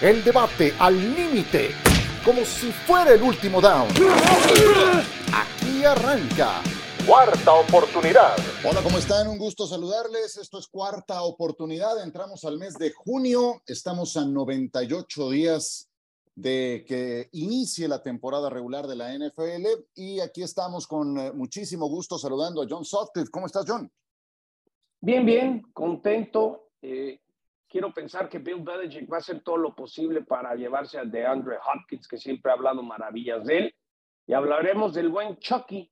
El debate al límite, como si fuera el último down. Aquí arranca Cuarta Oportunidad. Hola, ¿cómo están? Un gusto saludarles. Esto es Cuarta Oportunidad. Entramos al mes de junio. Estamos a 98 días de que inicie la temporada regular de la NFL. Y aquí estamos con muchísimo gusto saludando a John Sutcliffe. ¿Cómo estás, John? Bien, contento. Quiero pensar que Bill Belichick va a hacer todo lo posible para llevarse a DeAndre Hopkins, que siempre ha hablado maravillas de él. Y hablaremos del buen Chucky.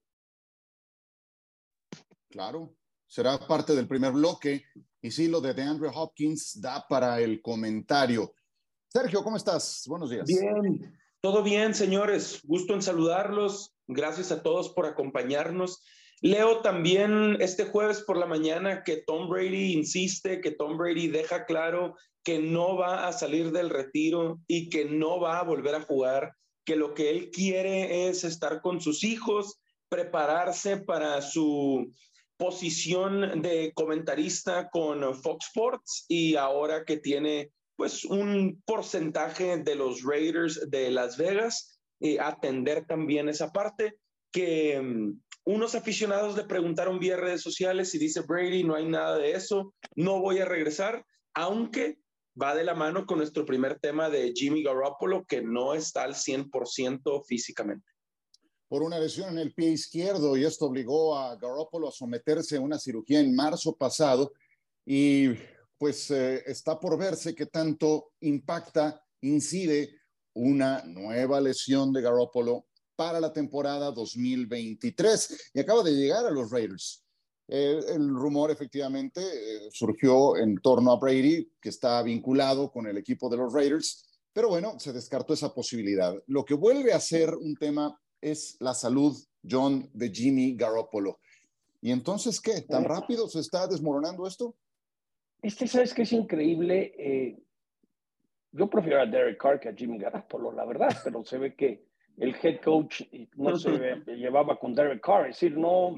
Claro, será parte del primer bloque. Y sí, lo de DeAndre Hopkins da para el comentario. Sergio, ¿cómo estás? Buenos días. Bien, todo bien, señores. Gusto en saludarlos. Gracias a todos por acompañarnos. Leo también este jueves por la mañana que Tom Brady insiste, que Tom Brady deja claro que no va a salir del retiro y que no va a volver a jugar, que lo que él quiere es estar con sus hijos, prepararse para su posición de comentarista con Fox Sports y ahora que tiene pues un porcentaje de los Raiders de Las Vegas, atender también esa parte que unos aficionados le preguntaron vía redes sociales y dice Brady, no hay nada de eso, no voy a regresar, aunque va de la mano con nuestro primer tema de Jimmy Garoppolo, que no está al 100% físicamente. Por una lesión en el pie izquierdo, y esto obligó a Garoppolo a someterse a una cirugía en marzo pasado, y pues está por verse qué tanto incide una nueva lesión de Garoppolo para la temporada 2023, y acaba de llegar a los Raiders. El rumor efectivamente surgió en torno a Brady, que está vinculado con el equipo de los Raiders, pero bueno, se descartó esa posibilidad. Lo que vuelve a ser un tema es la salud, John, de Jimmy Garoppolo. ¿Y entonces qué? ¿Tan rápido se está desmoronando esto? ¿Sabes qué es increíble? Yo prefiero a Derek Carr que a Jimmy Garoppolo, la verdad, pero se ve que el head coach no se llevaba con Derek Carr, es decir, no...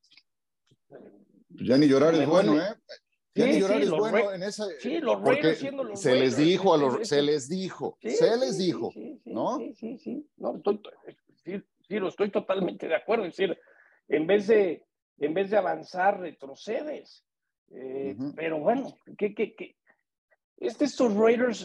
Ya ni llorar es bueno, ¿eh? Ya ni llorar es bueno en esa... Sí, los porque Raiders siendo los se Raiders. Les dijo a los... Se les dijo, ¿no? Sí. No, sí, lo estoy totalmente de acuerdo. Es decir, en vez de avanzar, retrocedes. Pero bueno, estos Raiders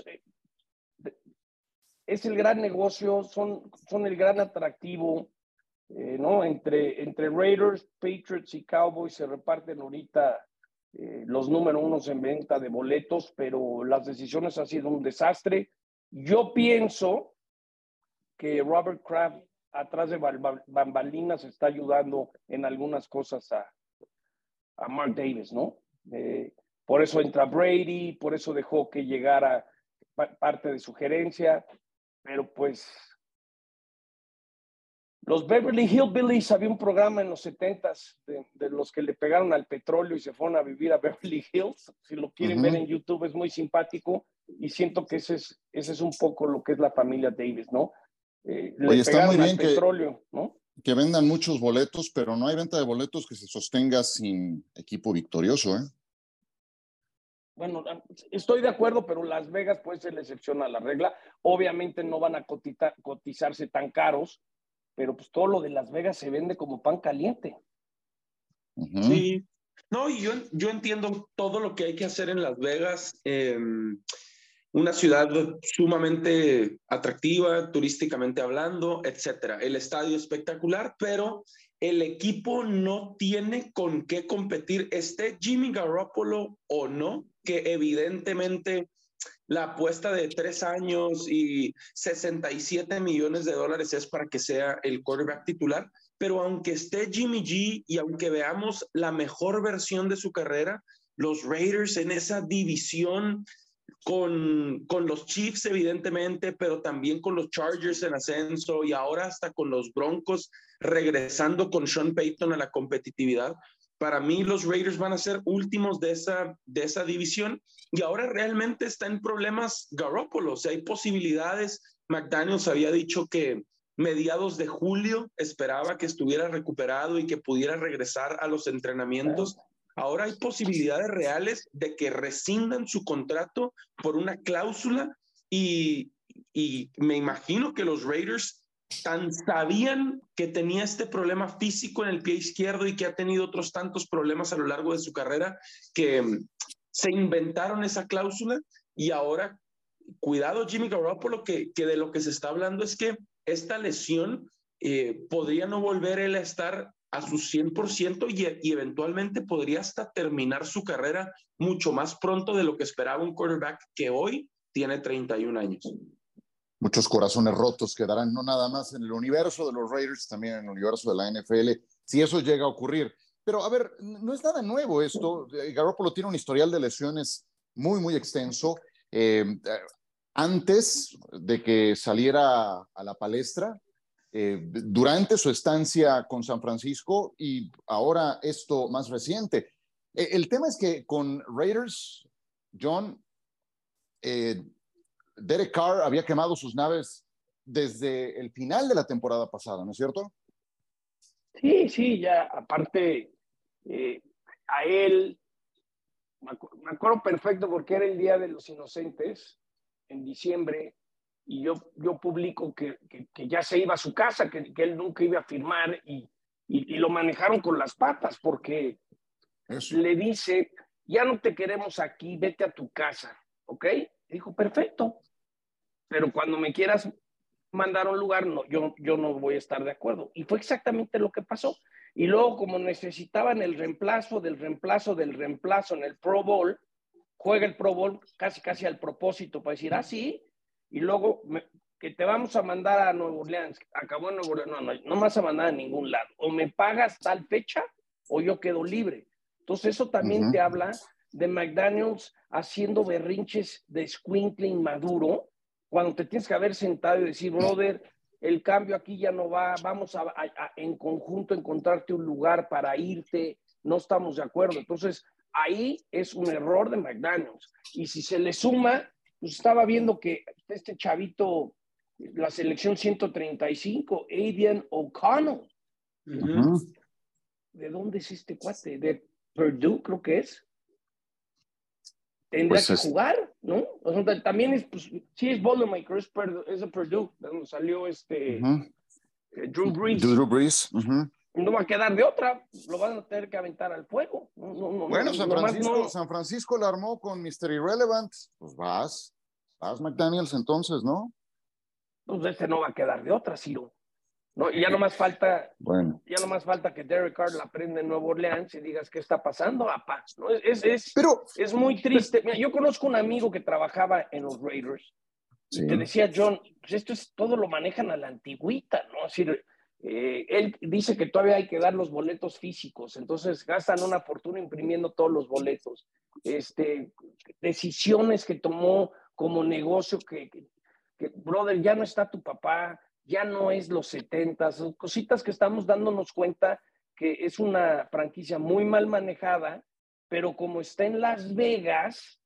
es el gran negocio, son el gran atractivo, ¿no? Entre Raiders, Patriots y Cowboys se reparten ahorita los número unos en venta de boletos, pero las decisiones han sido un desastre. Yo pienso que Robert Kraft, atrás de bambalinas, está ayudando en algunas cosas a Mark Davis, ¿no? Por eso entra Brady, por eso dejó que llegara parte de su gerencia, pero pues los Beverly Hillbillies, había un programa en los 70s de los que le pegaron al petróleo y se fueron a vivir a Beverly Hills. Si lo quieren ver en YouTube, es muy simpático y siento que ese es un poco lo que es la familia Davis, ¿no? Oye, está muy bien petróleo, ¿no? Que vendan muchos boletos, pero no hay venta de boletos que se sostenga sin equipo victorioso, ¿eh? Bueno, estoy de acuerdo, pero Las Vegas puede ser la excepción a la regla. Obviamente no van a cotizarse tan caros, pero pues todo lo de Las Vegas se vende como pan caliente. Sí, no, y yo entiendo todo lo que hay que hacer en Las Vegas, una ciudad sumamente atractiva, turísticamente hablando, etcétera. El estadio espectacular, pero el equipo no tiene con qué competir, esté Jimmy Garoppolo o no, que evidentemente la apuesta de 3 años y $67 millones es para que sea el quarterback titular, pero aunque esté Jimmy G y aunque veamos la mejor versión de su carrera, los Raiders en esa división con los Chiefs evidentemente, pero también con los Chargers en ascenso y ahora hasta con los Broncos regresando con Sean Payton a la competitividad. Para mí los Raiders van a ser últimos de esa división y ahora realmente está en problemas Garoppolo, o sea, hay posibilidades. McDaniels había dicho que mediados de julio esperaba que estuviera recuperado y que pudiera regresar a los entrenamientos. Ahora hay posibilidades reales de que rescindan su contrato por una cláusula y me imagino que los Raiders tan sabían que tenía este problema físico en el pie izquierdo y que ha tenido otros tantos problemas a lo largo de su carrera que se inventaron esa cláusula y ahora, cuidado Jimmy Garoppolo, que de lo que se está hablando es que esta lesión podría no volver él a estar a su 100% y eventualmente podría hasta terminar su carrera mucho más pronto de lo que esperaba un quarterback que hoy tiene 31 años. Muchos corazones rotos quedarán no nada más en el universo de los Raiders, también en el universo de la NFL, si eso llega a ocurrir. Pero, a ver, no es nada nuevo esto. Garoppolo tiene un historial de lesiones muy, muy extenso. Antes de que saliera a la palestra, durante su estancia con San Francisco y ahora esto más reciente. El tema es que con Raiders, John, Derek Carr había quemado sus naves desde el final de la temporada pasada, ¿no es cierto? Sí, ya aparte a él, me acuerdo perfecto porque era el Día de los Inocentes, en diciembre, y yo publico que ya se iba a su casa, que él nunca iba a firmar, y lo manejaron con las patas, porque le dice, ya no te queremos aquí, vete a tu casa, ¿ok? Dijo, perfecto, pero cuando me quieras mandar a un lugar, no, yo no voy a estar de acuerdo. Y fue exactamente lo que pasó. Y luego, como necesitaban el reemplazo del reemplazo del reemplazo en el Pro Bowl, juega el Pro Bowl casi al propósito para decir, sí, y luego que te vamos a mandar a Nueva Orleans. Acabó en Nueva Orleans. No me vas a mandar a ningún lado. O me pagas tal fecha o yo quedo libre. Entonces eso también te habla de McDaniels haciendo berrinches de squinkling maduro, cuando te tienes que haber sentado y decir, brother, el cambio aquí ya no va, vamos a en conjunto encontrarte un lugar para irte, no estamos de acuerdo. Entonces, ahí es un error de McDaniels. Y si se le suma, pues estaba viendo que este chavito, la selección 135, Aidan O'Connell. ¿De dónde es este cuate? De Purdue, creo que es. Tendría pues que jugar, ¿no? O sea, también es, pues, sí es Boilermaker, es de Purdue, de donde salió Drew Brees. Drew Brees. No va a quedar de otra, lo van a tener que aventar al fuego. Bueno, San Francisco la armó con Mr. Irrelevant. Pues vas McDaniels entonces, ¿no? Pues no va a quedar de otra, Ciro. ¿No? Y ya no más falta, que Derek Carr la prenda en Nueva Orleans y digas qué está pasando, apá. ¿No? Es muy triste. Mira, yo conozco un amigo que trabajaba en los Raiders y te decía, John, pues esto todo lo manejan a la antigüita, ¿no? Es decir, él dice que todavía hay que dar los boletos físicos, entonces gastan una fortuna imprimiendo todos los boletos. Decisiones que tomó como negocio que brother, ya no está tu papá, ya no es los 70, son cositas que estamos dándonos cuenta que es una franquicia muy mal manejada, pero como está en Las Vegas,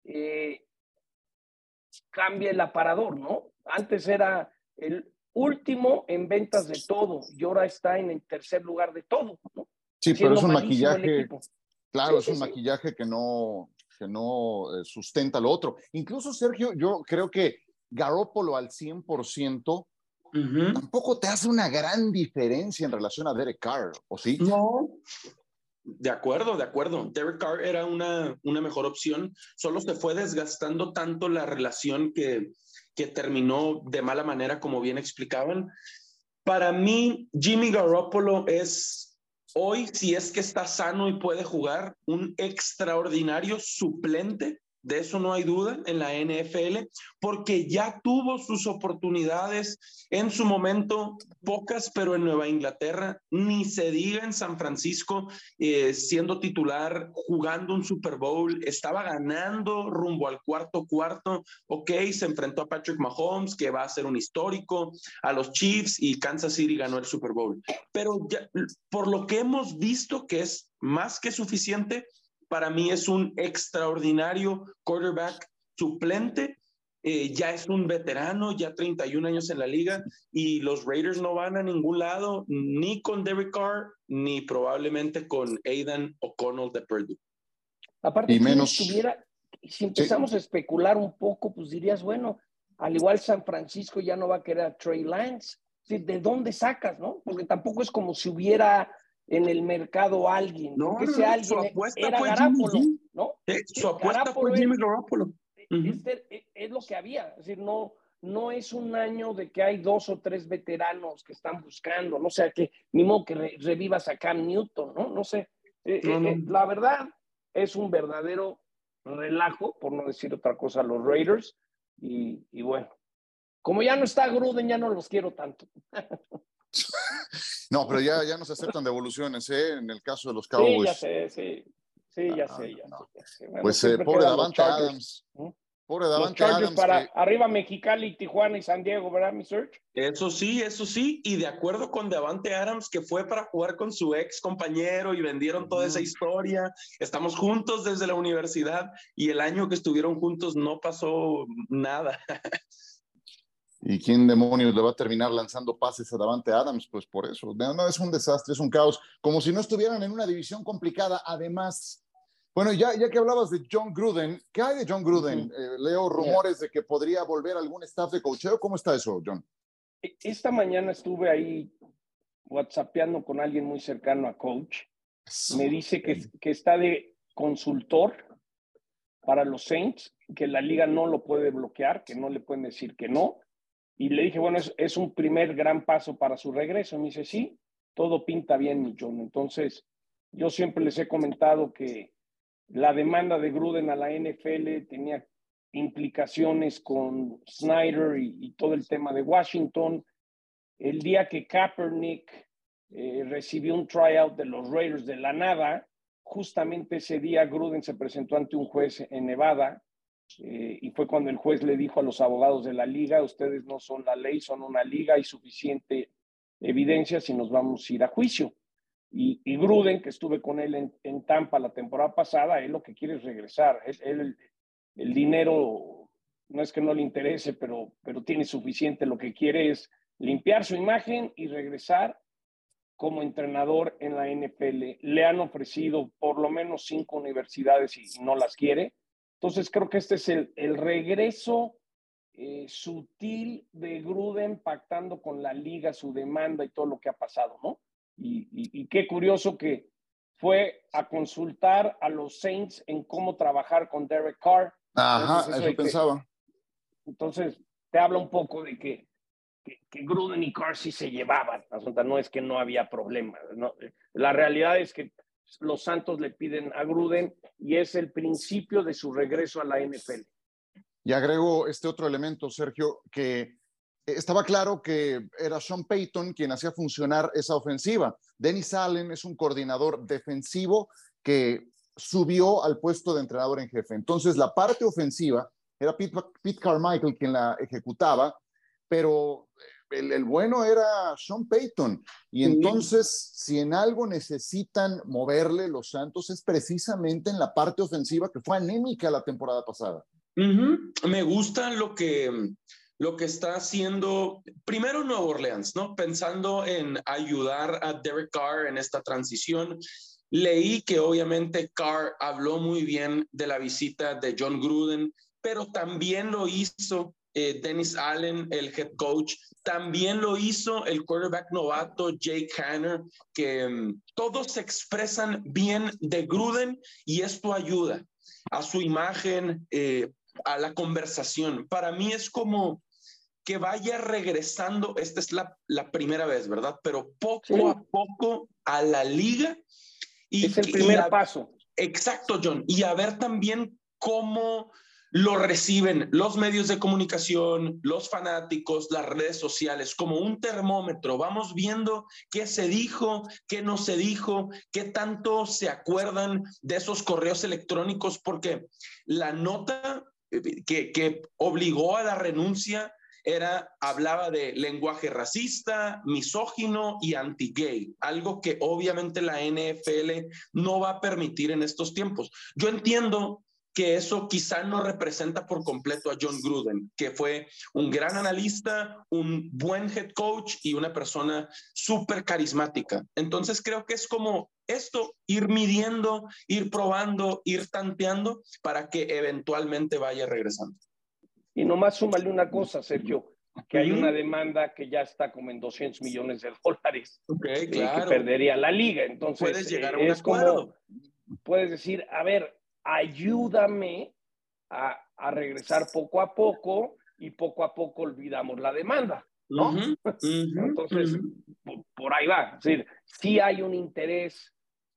cambia el aparador, ¿no? Antes era el último en ventas de todo y ahora está en el tercer lugar de todo, ¿no? Sí, pero es un maquillaje, claro, es un maquillaje que no sustenta lo otro. Incluso, Sergio, yo creo que Garoppolo al 100% tampoco te hace una gran diferencia en relación a Derek Carr, ¿o sí? No, de acuerdo. Derek Carr era una mejor opción, solo se fue desgastando tanto la relación que terminó de mala manera, como bien explicaban. Para mí, Jimmy Garoppolo es hoy, si es que está sano y puede jugar, un extraordinario suplente. De eso no hay duda en la NFL, porque ya tuvo sus oportunidades en su momento, pocas, pero en Nueva Inglaterra, ni se diga en San Francisco, siendo titular, jugando un Super Bowl, estaba ganando rumbo al cuarto, ok, se enfrentó a Patrick Mahomes, que va a ser un histórico, a los Chiefs, y Kansas City ganó el Super Bowl. Pero ya, por lo que hemos visto, que es más que suficiente, para mí es un extraordinario quarterback suplente, ya es un veterano, ya 31 años en la liga, y los Raiders no van a ningún lado, ni con Derek Carr, ni probablemente con Aidan O'Connell de Purdue. Aparte, si empezamos a especular un poco, pues dirías, bueno, al igual San Francisco ya no va a querer a Trey Lance. ¿De dónde sacas, no? Porque tampoco es como si hubiera en el mercado alguien. No, porque no, ese no. alguien Su apuesta era fue Garoppolo, Jimmy G. ¿no? Su apuesta fue Jimmy Garoppolo. Es lo que había. Es decir, no es un año de que hay 2 o 3 veteranos que están buscando, no sé, que ni modo que revivas a Cam Newton, ¿no? No sé. La verdad es un verdadero relajo, por no decir otra cosa, los Raiders. Y bueno, como ya no está Gruden, ya no los quiero tanto. No, pero ya no se aceptan devoluciones, ¿eh? En el caso de los Cowboys. Sí, ya sé, sí, ya sé. Bueno, pues pobre Davante Adams. Pobre Davante Adams. Para arriba Mexicali, Tijuana y San Diego, ¿verdad, mi Serge? Eso sí. Y de acuerdo con Davante Adams, que fue para jugar con su ex compañero y vendieron toda esa historia. Estamos juntos desde la universidad y el año que estuvieron juntos no pasó nada. ¿Y quién demonios le va a terminar lanzando pases a Davante Adams? Pues por eso. No, es un desastre, es un caos. Como si no estuvieran en una división complicada. Además, bueno, ya que hablabas de John Gruden, ¿qué hay de John Gruden? Leo rumores de que podría volver algún staff de coacheo. ¿Cómo está eso, John? Esta mañana estuve ahí whatsappeando con alguien muy cercano a coach. Me dice que está de consultor para los Saints, que la liga no lo puede bloquear, que no le pueden decir que no. Y le dije, bueno, es un primer gran paso para su regreso. Me dice, sí, todo pinta bien, mi John. Entonces, yo siempre les he comentado que la demanda de Gruden a la NFL tenía implicaciones con Snyder y todo el tema de Washington. El día que Kaepernick recibió un tryout de los Raiders de la nada, justamente ese día Gruden se presentó ante un juez en Nevada y fue cuando el juez le dijo a los abogados de la liga, ustedes no son la ley, son una liga, hay suficiente evidencia si nos vamos a ir a juicio. Y Gruden, que estuve con él en Tampa la temporada pasada, él lo que quiere es regresar. Él el dinero no es que no le interese, pero tiene suficiente. Lo que quiere es limpiar su imagen y regresar como entrenador en la NFL. Le han ofrecido por lo menos 5 universidades y no las quiere. Entonces creo que este es el regreso sutil de Gruden pactando con la liga su demanda y todo lo que ha pasado, ¿no? Y qué curioso que fue a consultar a los Saints en cómo trabajar con Derek Carr. Ajá, entonces, eso pensaba. Entonces, te habla un poco de que Gruden y Carr sí se llevaban. No es que no había problema, ¿no? La realidad es que los Santos le piden a Gruden y es el principio de su regreso a la NFL. Y agrego este otro elemento, Sergio, que estaba claro que era Sean Payton quien hacía funcionar esa ofensiva. Dennis Allen es un coordinador defensivo que subió al puesto de entrenador en jefe. Entonces, la parte ofensiva era Pete Carmichael quien la ejecutaba, pero el bueno era Sean Payton. Y entonces, si en algo necesitan moverle los Santos, es precisamente en la parte ofensiva que fue anémica la temporada pasada. Me gusta lo que está haciendo primero Nueva Orleans, ¿no? Pensando en ayudar a Derek Carr en esta transición. Leí que obviamente Carr habló muy bien de la visita de John Gruden, pero también lo hizo Dennis Allen, el head coach, también lo hizo el quarterback novato Jake Hanner, que todos se expresan bien de Gruden y esto ayuda a su imagen, a la conversación. Para mí es como que vaya regresando, esta es la primera vez, ¿verdad? Pero poco a poco a la liga. Y es el primer paso. Exacto, John. Y a ver también cómo lo reciben los medios de comunicación, los fanáticos, las redes sociales, como un termómetro. Vamos viendo qué se dijo, qué no se dijo, qué tanto se acuerdan de esos correos electrónicos, porque la nota que obligó a la renuncia hablaba de lenguaje racista, misógino y anti-gay, algo que obviamente la NFL no va a permitir en estos tiempos. Yo entiendo que eso quizá no representa por completo a John Gruden, que fue un gran analista, un buen head coach y una persona súper carismática. Entonces creo que es como esto, ir midiendo, ir probando, ir tanteando para que eventualmente vaya regresando. Y nomás súmale una cosa, Sergio, que hay una demanda que ya está como en $200 millones, okay, claro. que perdería la liga. Entonces, puedes llegar a un es acuerdo. como, puedes decir, a ver, ayúdame a regresar poco a poco y poco a poco olvidamos la demanda, ¿no? Entonces, por ahí va. Es decir, sí hay un interés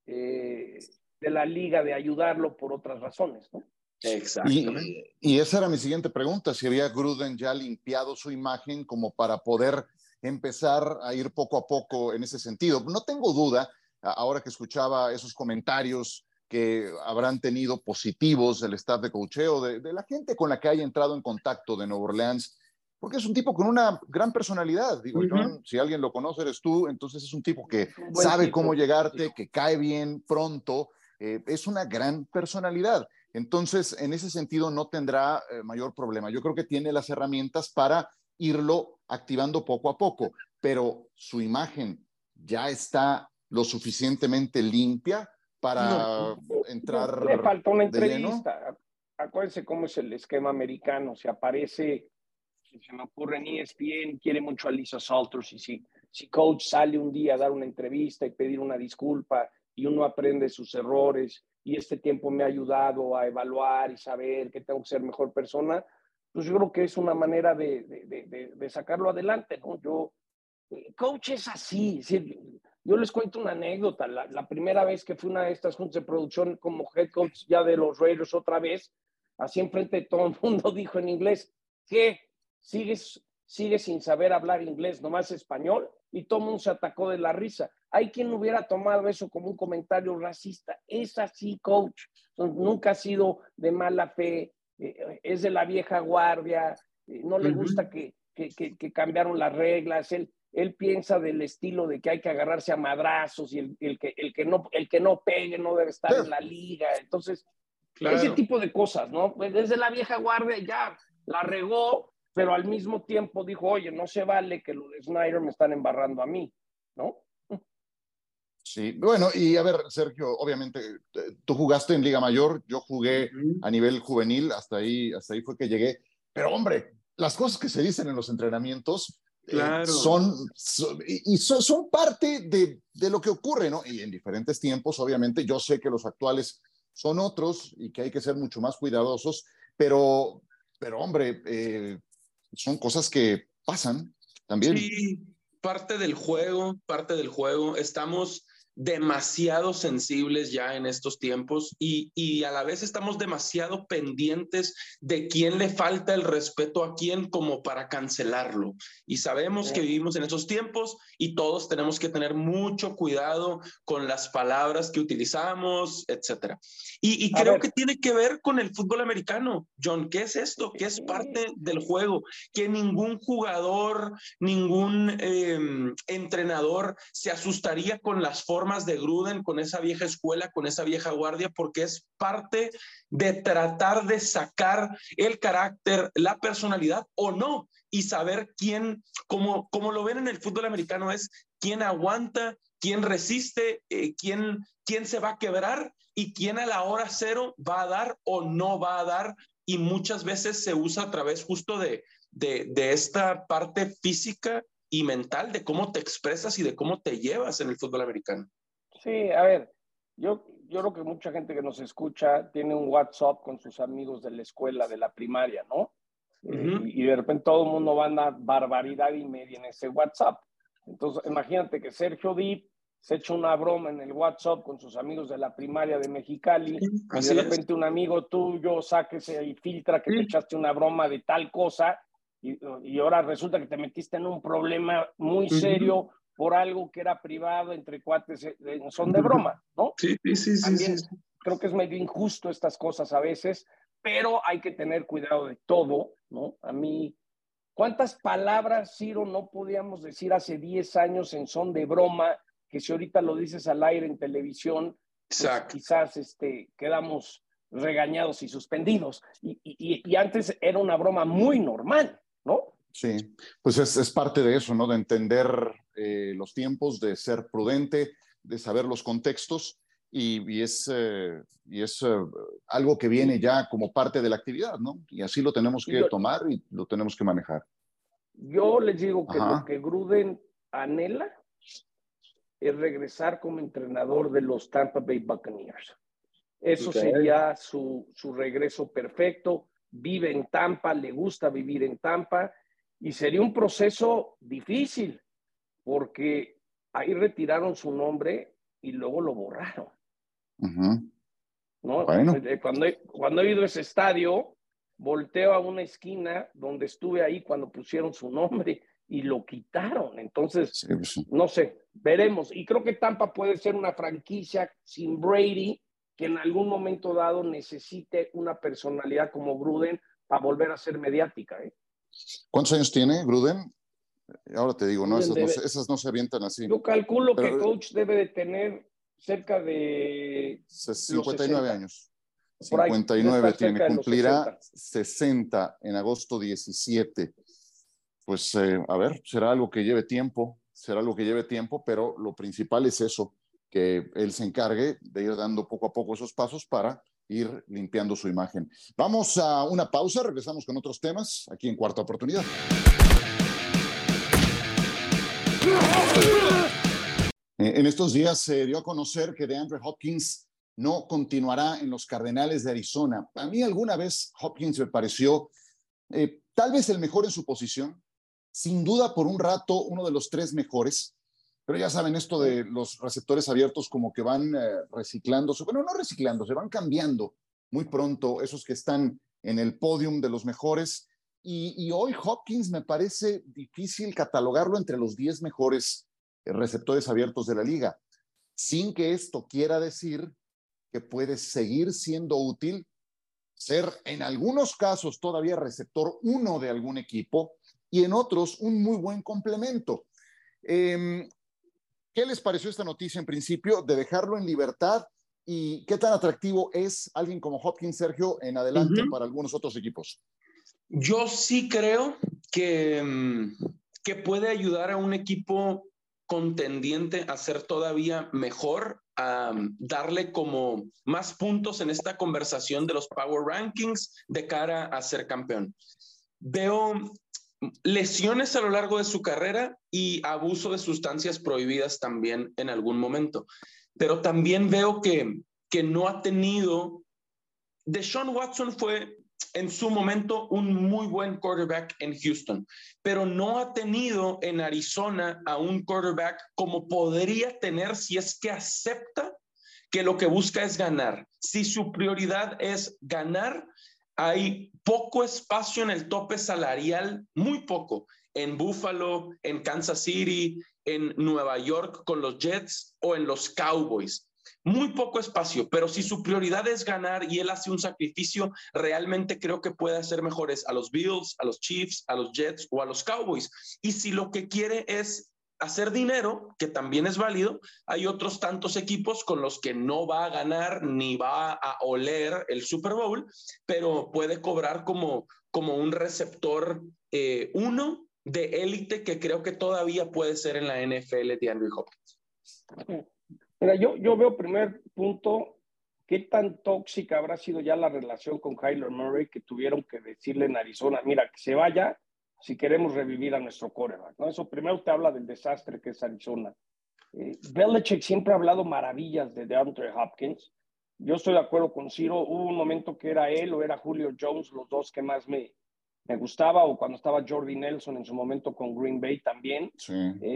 de la liga de ayudarlo por otras razones, ¿no? Exactamente. Y esa era mi siguiente pregunta, si había Gruden ya limpiado su imagen como para poder empezar a ir poco a poco en ese sentido. No tengo duda, ahora que escuchaba esos comentarios que habrán tenido positivos del staff de coacheo, de la gente con la que haya entrado en contacto de Nueva Orleans, porque es un tipo con una gran personalidad. Digo, John, si alguien lo conoce eres tú, entonces es un tipo que sabe cómo llegarte, que cae bien pronto, es una gran personalidad. Entonces, en ese sentido no tendrá mayor problema. Yo creo que tiene las herramientas para irlo activando poco a poco, pero su imagen ya está lo suficientemente limpia para entrar le falta una de lleno. entrevista. Acuérdense cómo es el esquema americano. Se aparece, se me ocurre en ESPN, quiere mucho a Lisa Salters, y si coach sale un día a dar una entrevista y pedir una disculpa y uno aprende sus errores y este tiempo me ha ayudado a evaluar y saber que tengo que ser mejor persona, pues yo creo que es una manera de sacarlo adelante, ¿no? Coach es así, ¿sí? Yo les cuento una anécdota. La primera vez que fui a una de estas juntas de producción como head coach ya de los Raiders otra vez, así enfrente de todo el mundo dijo en inglés, ¿qué? ¿Sigues sin saber hablar inglés, nomás español? Y todo el mundo se atacó de la risa. Hay quien hubiera tomado eso como un comentario racista. Es así, coach. Nunca ha sido de mala fe, es de la vieja guardia, no le gusta que cambiaron las reglas. Él piensa del estilo de que hay que agarrarse a madrazos y el que no pegue no debe estar en la liga. Entonces, ese tipo de cosas, ¿no? Pues desde la vieja guardia ya la regó, pero al mismo tiempo dijo, oye, no se vale que los de Snyder me están embarrando a mí, ¿no? Sí, bueno, y a ver, Sergio, obviamente tú jugaste en Liga Mayor, yo jugué a nivel juvenil, hasta ahí fue que llegué, pero hombre, las cosas que se dicen en los entrenamientos son parte de lo que ocurre, ¿no? Y en diferentes tiempos, obviamente, yo sé que los actuales son otros y que hay que ser mucho más cuidadosos, pero hombre, son cosas que pasan también. Sí, parte del juego. Estamos demasiado sensibles ya en estos tiempos y a la vez estamos demasiado pendientes de quién le falta el respeto a quién como para cancelarlo. Y sabemos que vivimos en esos tiempos y todos tenemos que tener mucho cuidado con las palabras que utilizamos, etcétera. Y creo que tiene que ver con el fútbol americano, John. ¿Qué es esto? ¿Qué es parte del juego? Que ningún jugador, ningún entrenador se asustaría con las formas de Gruden, con esa vieja escuela, con esa vieja guardia, porque es parte de tratar de sacar el carácter, la personalidad o no, y saber quién, como lo ven en el fútbol americano, es quién aguanta, quién resiste, quién se va a quebrar y quién a la hora cero va a dar o no va a dar, y muchas veces se usa a través justo de esta parte física y mental de cómo te expresas y de cómo te llevas en el fútbol americano. Sí, a ver, yo creo que mucha gente que nos escucha tiene un WhatsApp con sus amigos de la escuela, de la primaria, ¿no? Y de repente todo el mundo va a andar barbaridad y media en ese WhatsApp. Entonces, imagínate que Sergio Dip se echa una broma en el WhatsApp con sus amigos de la primaria de Mexicali, y de repente un amigo tuyo sáquese y filtra que te echaste una broma de tal cosa, y ahora resulta que te metiste en un problema muy serio por algo que era privado entre cuates, son de broma, ¿no? Sí. También creo que es medio injusto estas cosas a veces, pero hay que tener cuidado de todo, ¿no? A mí, ¿cuántas palabras, Ciro, no podíamos decir hace 10 años en son de broma, que si ahorita lo dices al aire en televisión, pues quizás quedamos regañados y suspendidos? Y antes era una broma muy normal, ¿no? Sí, pues es parte de eso, ¿no? De entender los tiempos, de ser prudente, de saber los contextos. y es algo que viene ya como parte de la actividad, ¿no? Y así lo tenemos que tomar y lo tenemos que manejar. Yo les digo que Ajá. lo que Gruden anhela es regresar como entrenador de los Tampa Bay Buccaneers. Eso sería su regreso perfecto. Vive en Tampa, le gusta vivir en Tampa, y sería un proceso difícil porque ahí retiraron su nombre y luego lo borraron. ¿No? Bueno. Cuando he ido a ese estadio, volteo a una esquina donde estuve ahí cuando pusieron su nombre y lo quitaron. Entonces, sí, pues, no sé, veremos. Y creo que Tampa puede ser una franquicia sin Brady que en algún momento dado necesite una personalidad como Gruden para volver a ser mediática. ¿Cuántos años tiene Gruden? Ahora te digo, Gruden no, esas no se avientan así. Yo calculo que coach debe de tener cerca de 59 años. 59 tiene, cumplirá 60 en agosto 17. Pues a ver, será algo que lleve tiempo, pero lo principal es eso, que él se encargue de ir dando poco a poco esos pasos para ir limpiando su imagen. Vamos a una pausa, regresamos con otros temas aquí en Cuarta Oportunidad. En estos días se dio a conocer que DeAndre Hopkins no continuará en los Cardenales de Arizona. A mí alguna vez Hopkins me pareció tal vez el mejor en su posición, sin duda por un rato uno de los 3 mejores, pero ya saben esto de los receptores abiertos como que van reciclándose, bueno, no reciclándose, van cambiando muy pronto esos que están en el podium de los mejores, y hoy Hopkins me parece difícil catalogarlo entre los 10 mejores receptores abiertos de la liga, sin que esto quiera decir que puede seguir siendo útil, ser en algunos casos todavía receptor 1 de algún equipo y en otros un muy buen complemento. ¿Qué les pareció esta noticia en principio de dejarlo en libertad y qué tan atractivo es alguien como Hopkins, Sergio, en adelante para algunos otros equipos? Yo sí creo que puede ayudar a un equipo contendiente a ser todavía mejor, a darle como más puntos en esta conversación de los Power Rankings de cara a ser campeón. Veo lesiones a lo largo de su carrera y abuso de sustancias prohibidas también en algún momento, pero también veo que no ha tenido... Deshaun Watson fue en su momento un muy buen quarterback en Houston, pero no ha tenido en Arizona a un quarterback como podría tener si es que acepta que lo que busca es ganar. Si su prioridad es ganar, hay poco espacio en el tope salarial, muy poco, en Buffalo, en Kansas City, en Nueva York con los Jets o en los Cowboys. Muy poco espacio, pero si su prioridad es ganar y él hace un sacrificio, realmente creo que puede hacer mejores a los Bills, a los Chiefs, a los Jets o a los Cowboys. Y si lo que quiere es hacer dinero, que también es válido, hay otros tantos equipos con los que no va a ganar ni va a oler el Super Bowl, pero puede cobrar como un receptor 1 de élite que creo que todavía puede ser en la NFL de Andrew Hopkins. Mira, yo veo primer punto, qué tan tóxica habrá sido ya la relación con Kyler Murray que tuvieron que decirle en Arizona, mira, que se vaya si queremos revivir a nuestro quarterback, ¿no? Eso primero te habla del desastre que es Arizona. Belichick siempre ha hablado maravillas de DeAndre Hopkins. Yo estoy de acuerdo con Ciro, hubo un momento que era él o era Julio Jones, los dos que más me gustaba, o cuando estaba Jordy Nelson en su momento con Green Bay también. Sí.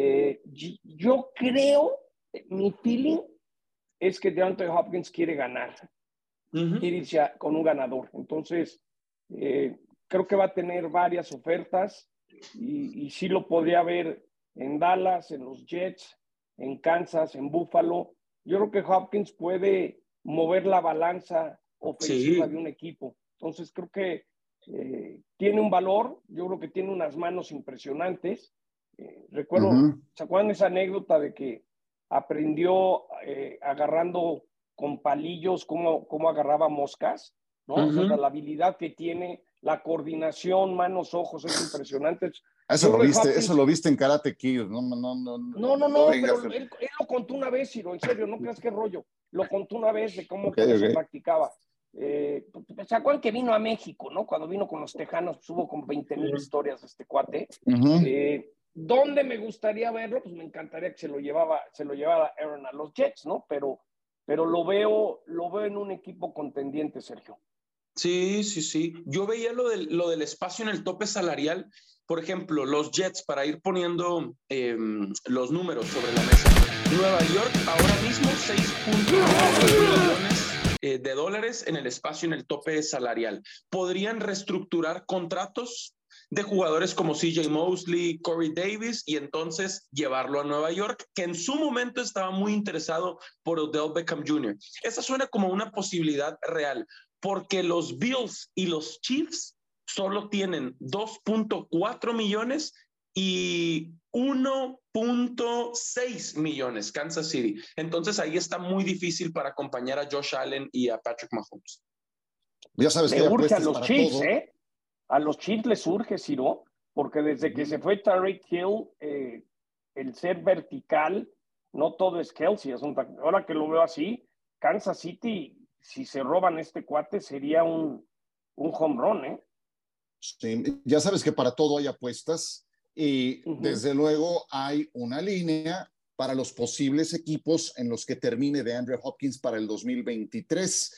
Yo creo, mi feeling es que DeAndre Hopkins quiere ganar, quiere irse con un ganador. Entonces, creo que va a tener varias ofertas y sí lo podría ver en Dallas, en los Jets, en Kansas, en Buffalo. Yo creo que Hopkins puede mover la balanza ofensiva de un equipo. Entonces, creo que tiene un valor, yo creo que tiene unas manos impresionantes. Recuerdo, ¿se acuerdan esa anécdota de que aprendió agarrando con palillos cómo agarraba moscas, ¿no? O sea, la habilidad que tiene, la coordinación, manos, ojos, es impresionante. Eso lo viste en Karate Kid. No, pero él lo contó una vez, Ciro, en serio, no creas que es rollo. lo contó una vez de cómo se practicaba. ¿Se acuerdan que vino a México, no? Cuando vino con los Tejanos, pues, hubo como 20,000 historias de este cuate. ¿Dónde me gustaría verlo? Pues me encantaría que se lo llevara Aaron a los Jets, ¿no? Pero lo veo en un equipo contendiente, Sergio. Sí. Yo veía lo del espacio en el tope salarial. Por ejemplo, los Jets, para ir poniendo los números sobre la mesa. Nueva York, ahora mismo, 6.9 millones de dólares en el espacio en el tope salarial. Podrían reestructurar contratos de jugadores como CJ Mosley, Corey Davis, y entonces llevarlo a Nueva York, que en su momento estaba muy interesado por Odell Beckham Jr. Esa suena como una posibilidad real, porque los Bills y los Chiefs solo tienen 2.4 millones y 1.6 millones Kansas City. Entonces ahí está muy difícil para acompañar a Josh Allen y a Patrick Mahomes. Ya sabes que le urge a los para Chiefs, todo. A los Chiefs les urge, Ciro, porque desde que se fue Tyreek Hill, el ser vertical, no todo es Kelce. Ahora que lo veo así, Kansas City, si se roban este cuate, sería un home run, ¿eh? Sí, ya sabes que para todo hay apuestas y desde luego hay una línea para los posibles equipos en los que termine DeAndre Hopkins para el 2023,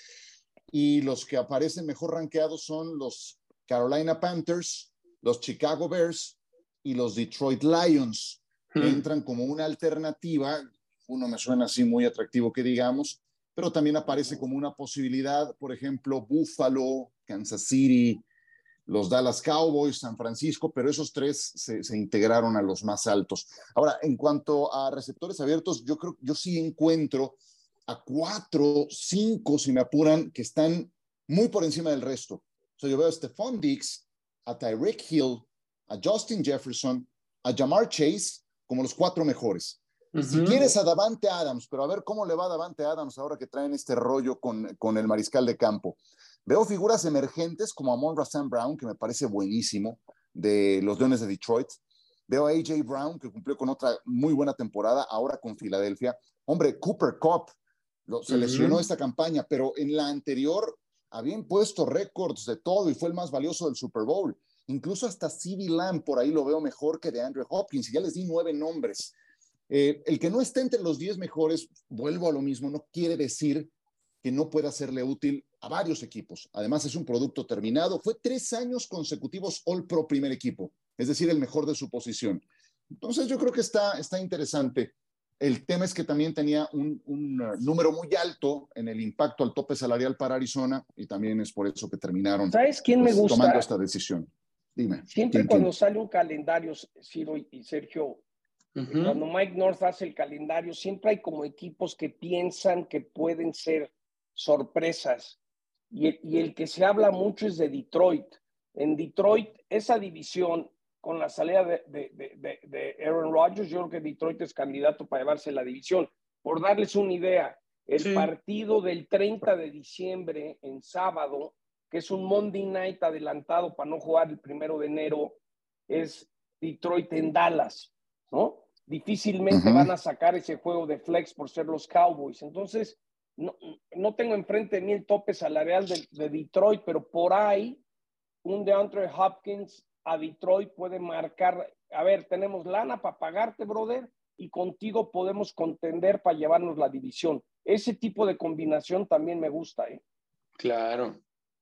y los que aparecen mejor rankeados son los Carolina Panthers, los Chicago Bears y los Detroit Lions. Entran como una alternativa. Uno me suena así muy atractivo que digamos, pero también aparece como una posibilidad, por ejemplo, Buffalo, Kansas City, los Dallas Cowboys, San Francisco, pero esos tres se integraron a los más altos. Ahora, en cuanto a receptores abiertos, yo sí encuentro a 4, 5, si me apuran, que están muy por encima del resto. O sea, yo veo a Stephon Diggs, a Tyreek Hill, a Justin Jefferson, a Jamar Chase como los 4 mejores. Si quieres a Davante Adams, pero a ver cómo le va a Davante Adams ahora que traen este rollo con el mariscal de campo. Veo figuras emergentes como Amon-Ra St. Brown, que me parece buenísimo, de los Leones de Detroit. Veo a A.J. Brown, que cumplió con otra muy buena temporada, ahora con Filadelfia. Hombre, Cooper Kupp se lesionó esta campaña, pero en la anterior había impuesto récords de todo y fue el más valioso del Super Bowl. Incluso hasta CeeDee Lamb por ahí lo veo mejor que DeAndre Hopkins, y ya les di 9 nombres. El que no esté entre los 10 mejores, vuelvo a lo mismo, no quiere decir que no pueda serle útil a varios equipos. Además, es un producto terminado. Fue 3 años consecutivos All Pro primer equipo, es decir, el mejor de su posición. Entonces, yo creo que está interesante. El tema es que también tenía un número muy alto en el impacto al tope salarial para Arizona, y también es por eso que terminaron ¿Sabes quién me gusta? Tomando esta decisión. Dime. Siempre cuando sale un calendario, Ciro y Sergio, cuando Mike North hace el calendario, siempre hay como equipos que piensan que pueden ser sorpresas. Y el que se habla mucho es de Detroit. En Detroit, esa división, con la salida de Aaron Rodgers, yo creo que Detroit es candidato para llevarse la división. Por darles una idea, el partido del 30 de diciembre, en sábado, que es un Monday Night adelantado para no jugar el 1 de enero, es Detroit en Dallas, ¿no? Difícilmente van a sacar ese juego de flex por ser los Cowboys. Entonces, no tengo enfrente de mí el tope salarial de Detroit, pero por ahí un DeAndre Hopkins a Detroit puede marcar, a ver, tenemos lana para pagarte, brother, y contigo podemos contender para llevarnos la división. Ese tipo de combinación también me gusta, ¿eh? Claro.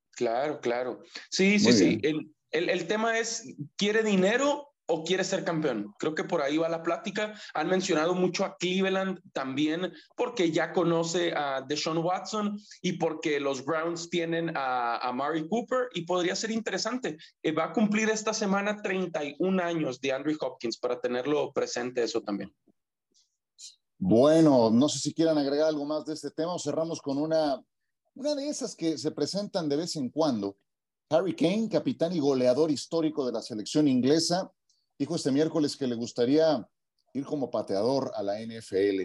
Sí. El tema es, ¿quiere dinero o quiere ser campeón? Creo que por ahí va la plática. Han mencionado mucho a Cleveland también, porque ya conoce a Deshaun Watson y porque los Browns tienen a Amari Cooper, y podría ser interesante. Va a cumplir esta semana 31 años de Andrew Hopkins, para tenerlo presente eso también. Bueno, no sé si quieran agregar algo más de este tema o cerramos con una de esas que se presentan de vez en cuando. Harry Kane, capitán y goleador histórico de la selección inglesa, dijo este miércoles que le gustaría ir como pateador a la NFL.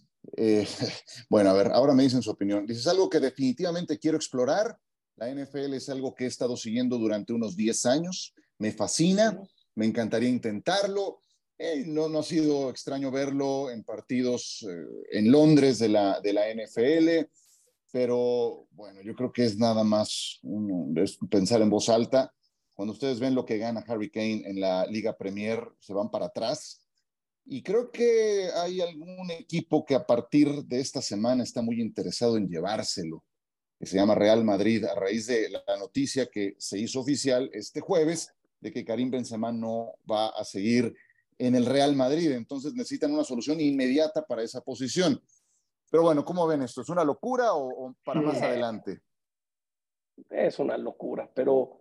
Bueno, a ver, ahora me dicen su opinión. Dice, es algo que definitivamente quiero explorar. La NFL es algo que he estado siguiendo durante unos 10 años. Me fascina, me encantaría intentarlo. No ha sido extraño verlo en partidos en Londres de la NFL, pero bueno, yo creo que es nada más es pensar en voz alta. Cuando ustedes ven lo que gana Harry Kane en la Liga Premier, se van para atrás. Y creo que hay algún equipo que a partir de esta semana está muy interesado en llevárselo, que se llama Real Madrid, a raíz de la noticia que se hizo oficial este jueves de que Karim Benzema no va a seguir en el Real Madrid. Entonces necesitan una solución inmediata para esa posición. Pero bueno, ¿cómo ven esto? ¿Es una locura o para más adelante? Es una locura, pero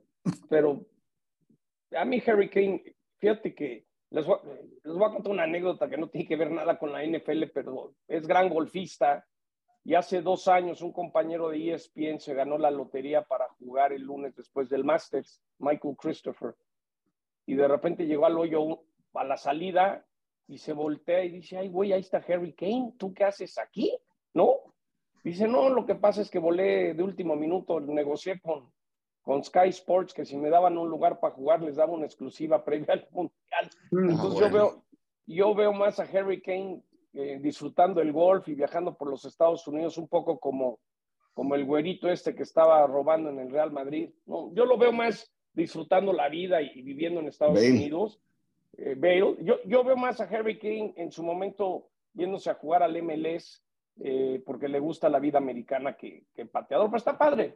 a mí Harry Kane, fíjate que les voy a contar una anécdota que no tiene que ver nada con la NFL, pero es gran golfista. Y hace 2 años un compañero de ESPN se ganó la lotería para jugar el lunes después del Masters, Michael Christopher. Y de repente llegó al hoyo a la salida y se voltea y dice, ay, güey, ahí está Harry Kane, ¿tú qué haces aquí? ¿No? Dice, no, lo que pasa es que volé de último minuto, negocié con Sky Sports que si me daban un lugar para jugar les daba una exclusiva previa al Mundial. Entonces bueno, yo veo más a Harry Kane disfrutando el golf y viajando por los Estados Unidos un poco como el güerito este que estaba robando en el Real Madrid. No, yo lo veo más disfrutando la vida y viviendo en Estados Unidos. Bale. Yo veo más a Harry Kane en su momento yéndose a jugar al MLS porque le gusta la vida americana que pateador, pero está padre.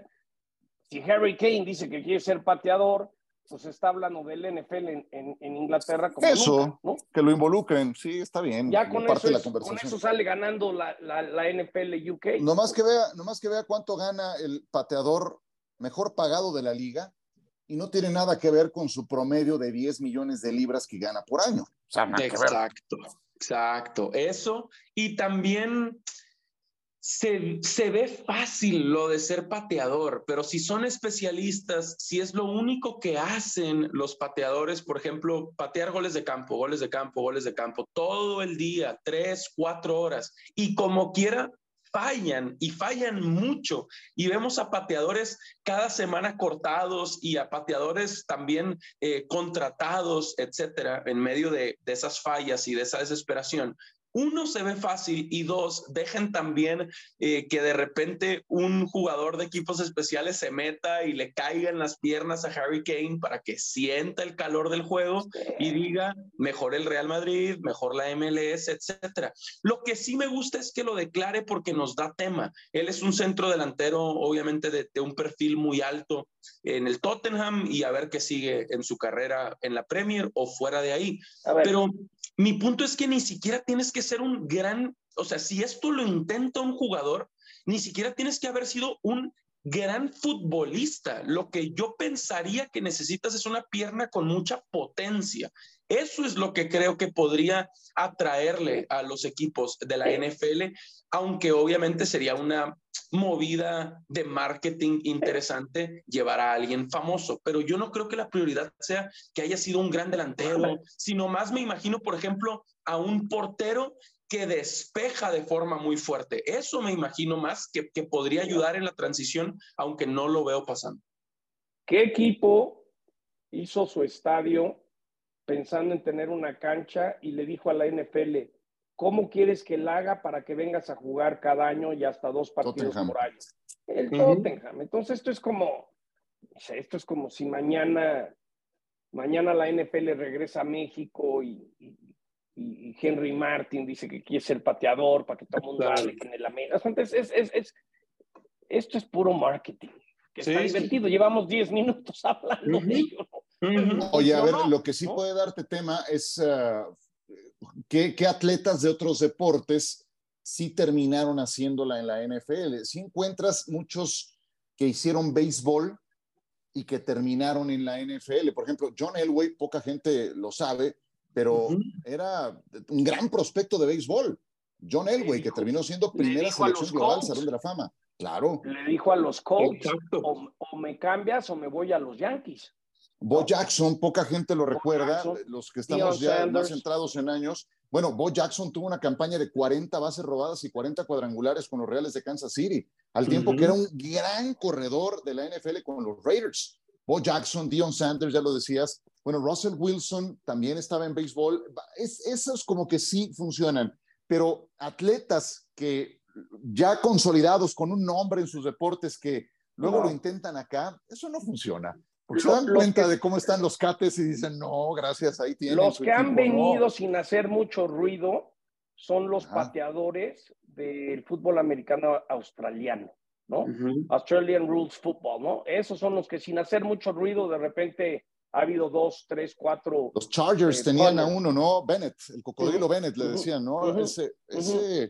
Si Harry Kane dice que quiere ser pateador, pues está hablando del NFL en Inglaterra como eso, nunca, ¿no? Que lo involucren, sí, está bien. Ya con eso sale ganando la NFL UK. Nomás que vea cuánto gana el pateador mejor pagado de la liga y no tiene nada que ver con su promedio de 10 millones de libras que gana por año. O sea, exacto. Eso, y también se ve fácil lo de ser pateador, pero si son especialistas, si es lo único que hacen los pateadores, por ejemplo, patear goles de campo, todo el día, 3, 4 horas, y como quiera, fallan mucho, y vemos a pateadores cada semana cortados y a pateadores también contratados, etcétera, en medio de esas fallas y de esa desesperación. 1, se ve fácil, y 2, dejen también que de repente un jugador de equipos especiales se meta y le caiga en las piernas a Harry Kane para que sienta el calor del juego y diga, mejor el Real Madrid, mejor la MLS, etcétera. Lo que sí me gusta es que lo declare porque nos da tema. Él es un centro delantero, obviamente de un perfil muy alto en el Tottenham, y a ver qué sigue en su carrera en la Premier o fuera de ahí. Pero mi punto es que ni siquiera tienes que ser un gran, o sea, si esto lo intenta un jugador, ni siquiera tienes que haber sido un gran futbolista. Lo que yo pensaría que necesitas es una pierna con mucha potencia. Eso es lo que creo que podría atraerle a los equipos de la NFL, aunque obviamente sería una movida de marketing interesante llevar a alguien famoso, pero yo no creo que la prioridad sea que haya sido un gran delantero, sino más me imagino, por ejemplo, a un portero que despeja de forma muy fuerte. Eso me imagino más que podría ayudar en la transición, aunque no lo veo pasando. ¿Qué equipo hizo su estadio pensando en tener una cancha y le dijo a la NFL, ¿cómo quieres que la haga para que vengas a jugar cada año y hasta 2 partidos por año? El Tottenham. Entonces esto es como si mañana la NFL regresa a México y Henry Martin dice que quiere ser pateador para que todo el mundo hable en el América. Entonces esto es puro marketing, que está divertido. Sí. Llevamos 10 minutos hablando de ello. Oye, a ver, lo que sí puede darte tema es ¿qué atletas de otros deportes sí terminaron haciéndola en la NFL? Sí encuentras muchos que hicieron béisbol y que terminaron en la NFL. Por ejemplo, John Elway, poca gente lo sabe, pero era un gran prospecto de béisbol. John Elway, que terminó siendo primera selección global, Salón de la Fama. Claro. Le dijo a los Colts, o me cambias o me voy a los Yankees. Bo Jackson, poca gente lo recuerda, los que estamos ya más centrados en años. Bueno, Bo Jackson tuvo una campaña de 40 bases robadas y 40 cuadrangulares con los Reales de Kansas City, al tiempo que era un gran corredor de la NFL con los Raiders. Bo Jackson, Deion Sanders, ya lo decías, Bueno, Russell Wilson también estaba en béisbol. Esos como que sí funcionan, pero atletas que ya consolidados con un nombre en sus deportes que luego lo intentan acá, eso no funciona. Porque se dan cuenta de cómo están los cates y dicen, no, gracias, ahí tienen los su que equipo, han venido no. sin hacer mucho ruido son los Ajá. pateadores del fútbol americano australiano, ¿no? Australian Rules Football, ¿no? Esos son los que sin hacer mucho ruido de repente ha habido 2, 3, 4. Los Chargers tenían a uno, ¿no? Bennett, el cocodrilo Bennett, le decían, ¿no? Ese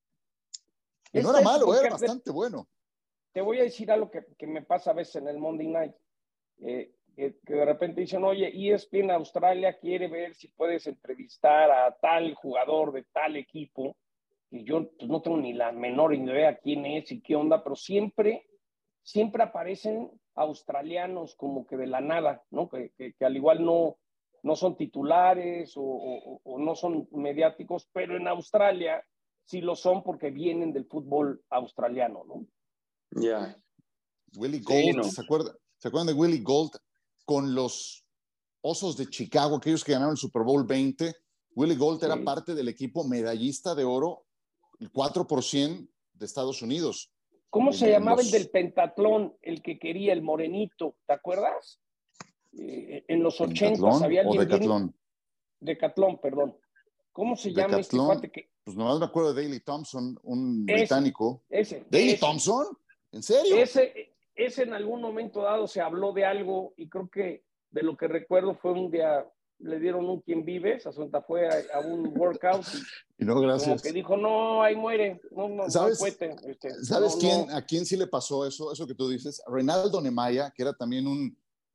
y no era malo, era bastante bueno. Te voy a decir algo que me pasa a veces en el Monday Night. Que de repente dicen, oye, ESPN Australia quiere ver si puedes entrevistar a tal jugador de tal equipo, y yo pues, no tengo ni la menor idea quién es y qué onda, pero siempre aparecen australianos como que de la nada, ¿no? Que al igual no son titulares o no son mediáticos, pero en Australia sí lo son porque vienen del fútbol australiano, ¿no? Ya. Yeah. Willie Gold, sí, no. ¿Se acuerdan de Willie Gold con los Osos de Chicago, aquellos que ganaron el Super Bowl 20? Willie Gold era parte del equipo medallista de oro, el 4% de Estados Unidos. ¿Cómo se llamaba el del pentatlón, el que quería, el morenito? ¿Te acuerdas? En los 80 había alguien Decatlón. Decatlón, perdón. ¿Cómo se llama este cuate que? Pues nomás me acuerdo de Daley Thompson, un británico. ¿Daley Thompson? ¿En serio? Ese en algún momento dado se habló de algo y creo que de lo que recuerdo fue un día le dieron un quien vives, a Santa fue a un workout y no, gracias. Como que dijo, no, ahí muere, ¿Sabes, ¿sabes quién, no. a quién sí le pasó eso que tú dices? Reinaldo Nemaya, que era también un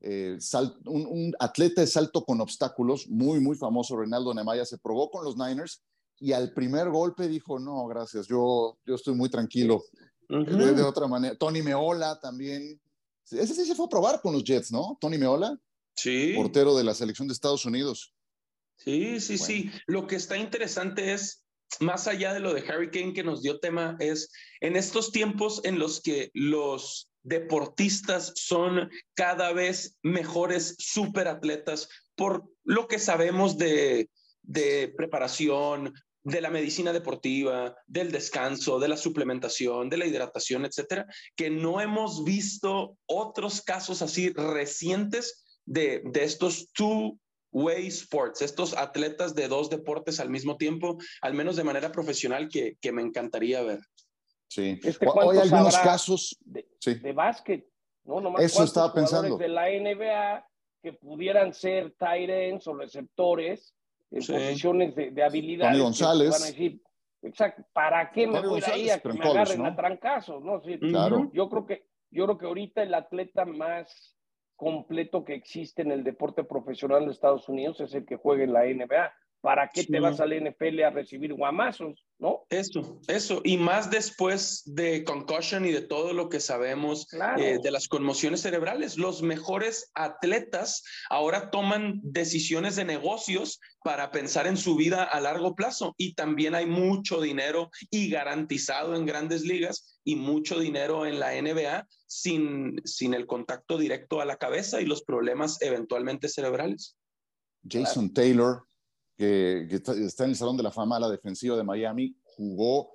atleta de salto con obstáculos, muy, muy famoso. Reinaldo Nemaya se probó con los Niners y al primer golpe dijo, no, gracias, yo estoy muy tranquilo. De otra manera. Tony Meola también. Ese sí se fue a probar con los Jets, ¿no? Tony Meola. Sí. Portero de la selección de Estados Unidos. Sí. Lo que está interesante es, más allá de lo de Harry Kane que nos dio tema, es en estos tiempos en los que los deportistas son cada vez mejores superatletas por lo que sabemos de preparación, de la medicina deportiva, del descanso, de la suplementación, de la hidratación, etcétera, que no hemos visto otros casos así recientes de estos two-way sports, estos atletas de dos deportes al mismo tiempo, al menos de manera profesional, que me encantaría ver. Sí. Hoy algunos casos de básquet, ¿no? Nomás eso estaba pensando. De la NBA que pudieran ser tight ends o receptores en posiciones de habilidades. Tony González. Que van a decir, exacto, ¿para qué me voy ahí a que me agarren, ¿no?, a trancazos? ¿No? Sí, claro. Yo creo que ahorita el atleta más completo que existe en el deporte profesional de Estados Unidos es el que juega en la NBA. ¿Para qué te vas al NFL a recibir guamazos, no? Eso. Y más después de concussion y de todo lo que sabemos de las conmociones cerebrales. Los mejores atletas ahora toman decisiones de negocios para pensar en su vida a largo plazo. Y también hay mucho dinero y garantizado en grandes ligas y mucho dinero en la NBA sin el contacto directo a la cabeza y los problemas eventualmente cerebrales. Jason Taylor, que está en el Salón de la Fama, la defensiva de Miami, jugó,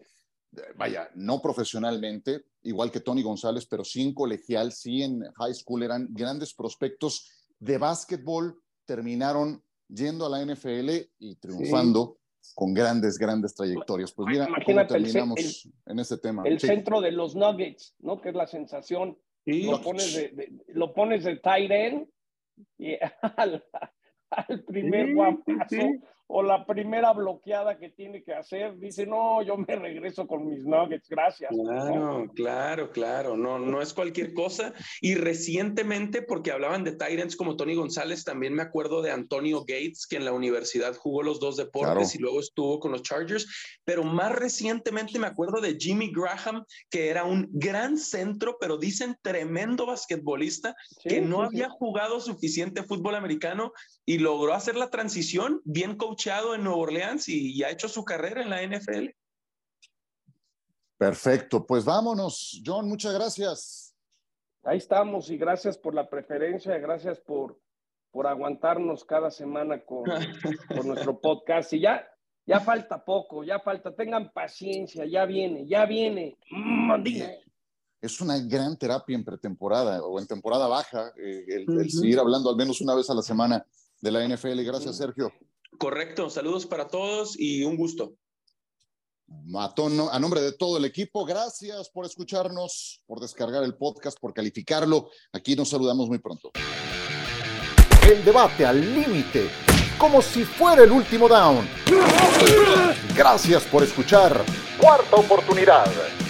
no profesionalmente, igual que Tony González, pero sí en colegial, sí en high school, eran grandes prospectos de básquetbol, terminaron yendo a la NFL y triunfando con grandes trayectorias. Pues mira, cómo terminamos en este tema. El centro de los Nuggets, ¿no? Que es la sensación. Lo pones de tight end y al primer guapazo o la primera bloqueada que tiene que hacer, dice, no, yo me regreso con mis Nuggets, gracias. Claro, no es cualquier cosa. Y recientemente, porque hablaban de tight ends como Tony González, también me acuerdo de Antonio Gates, que en la universidad jugó los dos deportes y luego estuvo con los Chargers, pero más recientemente me acuerdo de Jimmy Graham, que era un gran centro, pero dicen tremendo basquetbolista, que no había jugado suficiente fútbol americano y logró hacer la transición bien coachado en Nueva Orleans y ha hecho su carrera en la NFL. Perfecto, pues vámonos, John, muchas gracias. Ahí estamos y gracias por la preferencia, gracias por por aguantarnos cada semana con nuestro podcast. Y ya falta poco, tengan paciencia, ya viene. Es una gran terapia en pretemporada o en temporada baja, el seguir hablando al menos una vez a la semana de la NFL. Gracias, Sergio. Correcto, saludos para todos y un gusto. A nombre de todo el equipo, gracias por escucharnos, por descargar el podcast, por calificarlo. Aquí nos saludamos muy pronto. El debate al límite, como si fuera el último down. Gracias por escuchar Cuarta Oportunidad.